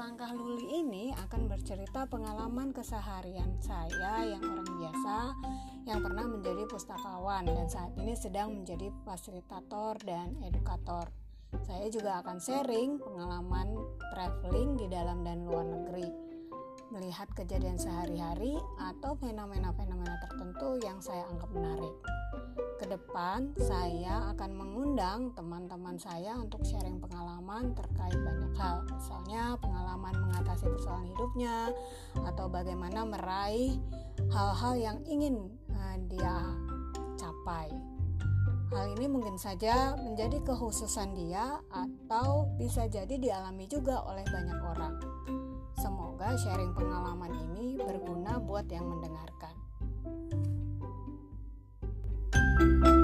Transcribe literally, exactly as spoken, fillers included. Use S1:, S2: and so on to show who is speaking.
S1: Selangkah Luli ini akan bercerita pengalaman keseharian saya yang orang biasa yang pernah menjadi pustakawan dan saat ini sedang menjadi fasilitator dan edukator. Saya juga akan sharing pengalaman traveling di dalam dan luar negeri, melihat kejadian sehari-hari atau fenomena-fenomena tertentu yang saya anggap menarik. Kedepan saya akan mengundang teman-teman saya untuk sharing pengalaman terkait banyak hal, misalnya pengalaman mengatasi persoalan hidupnya atau bagaimana meraih hal-hal yang ingin uh, dia capai. Hal ini mungkin saja menjadi kekhususan dia atau bisa jadi dialami juga oleh banyak orang. Semoga sharing pengalaman ini berguna buat yang mendengarkan.